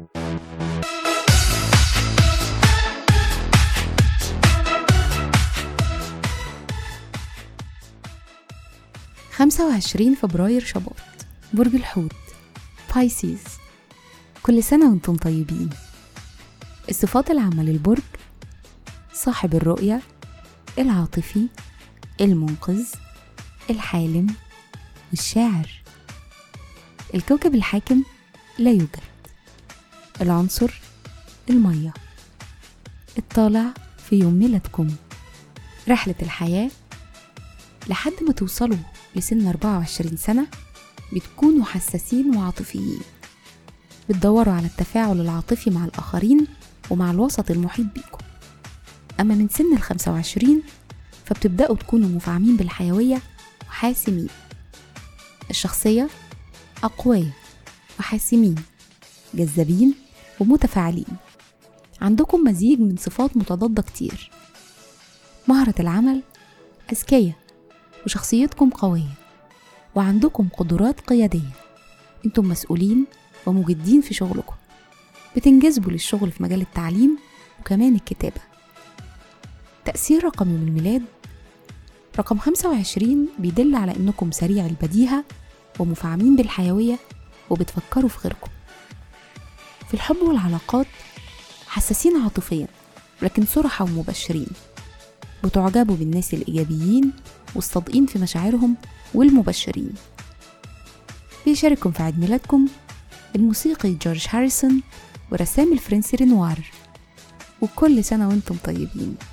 25 فبراير شباط، برج الحوت، بايسيز. كل سنة وانتم طيبين. الصفات العامة للبرج: صاحب الرؤية، العاطفي، المنقذ، الحالم، والشاعر. الكوكب الحاكم لا يوجد. العنصر المية. الطالع في يوم ميلادكم. رحلة الحياة: لحد ما توصلوا لسن 24 سنة بتكونوا حساسين وعاطفيين، بتدوروا على التفاعل العاطفي مع الآخرين ومع الوسط المحيط بيكم. أما من سن 25 فبتبدأوا تكونوا مفعمين بالحيوية وحاسمين. الشخصية: أقوياء وحاسمين، جذابين ومتفاعلين. عندكم مزيج من صفات متضادة كتير. مهارة العمل: أذكياء وشخصيتكم قوية وعندكم قدرات قيادية. انتم مسؤولين ومجدين في شغلكم، بتنجذبوا للشغل في مجال التعليم وكمان الكتابة. تأثير رقم يوم الميلاد: رقم 25 بيدل على انكم سريع البديهة ومفعمين بالحيوية وبتفكروا في غيركم. في الحب والعلاقات: حساسين عاطفيا لكن صرحة ومبشرين، بتعجبوا بالناس الإيجابيين والصادقين في مشاعرهم والمبشرين. بيشارككم في عيد ميلادكم الموسيقي جورج هاريسون والرسام الفرنسي رينوار. وكل سنة وانتم طيبين.